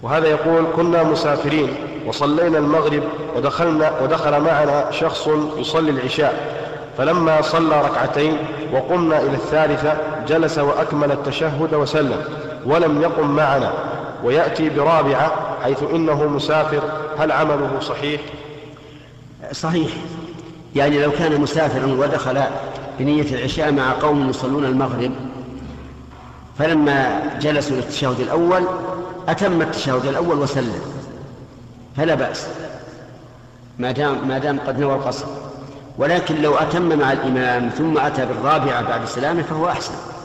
وهذا يقول: كنا مسافرين وصلينا المغرب ودخل معنا شخص يصلي العشاء، فلما صلى ركعتين وقمنا إلى الثالثة جلس وأكمل التشهد وسلم ولم يقم معنا، ويأتي برابعة حيث إنه مسافر، هل عمله صحيح؟ صحيح، يعني لو كان مسافرا ودخل بنية العشاء مع قوم يصلون المغرب، فلما جلسوا للتشهد الأول أتم التشهد الأول وسلم، فلا بأس ما دام قد نوى القصر. ولكن لو أتم مع الإمام ثم أتى بالرابعة بعد سلامه فهو أحسن.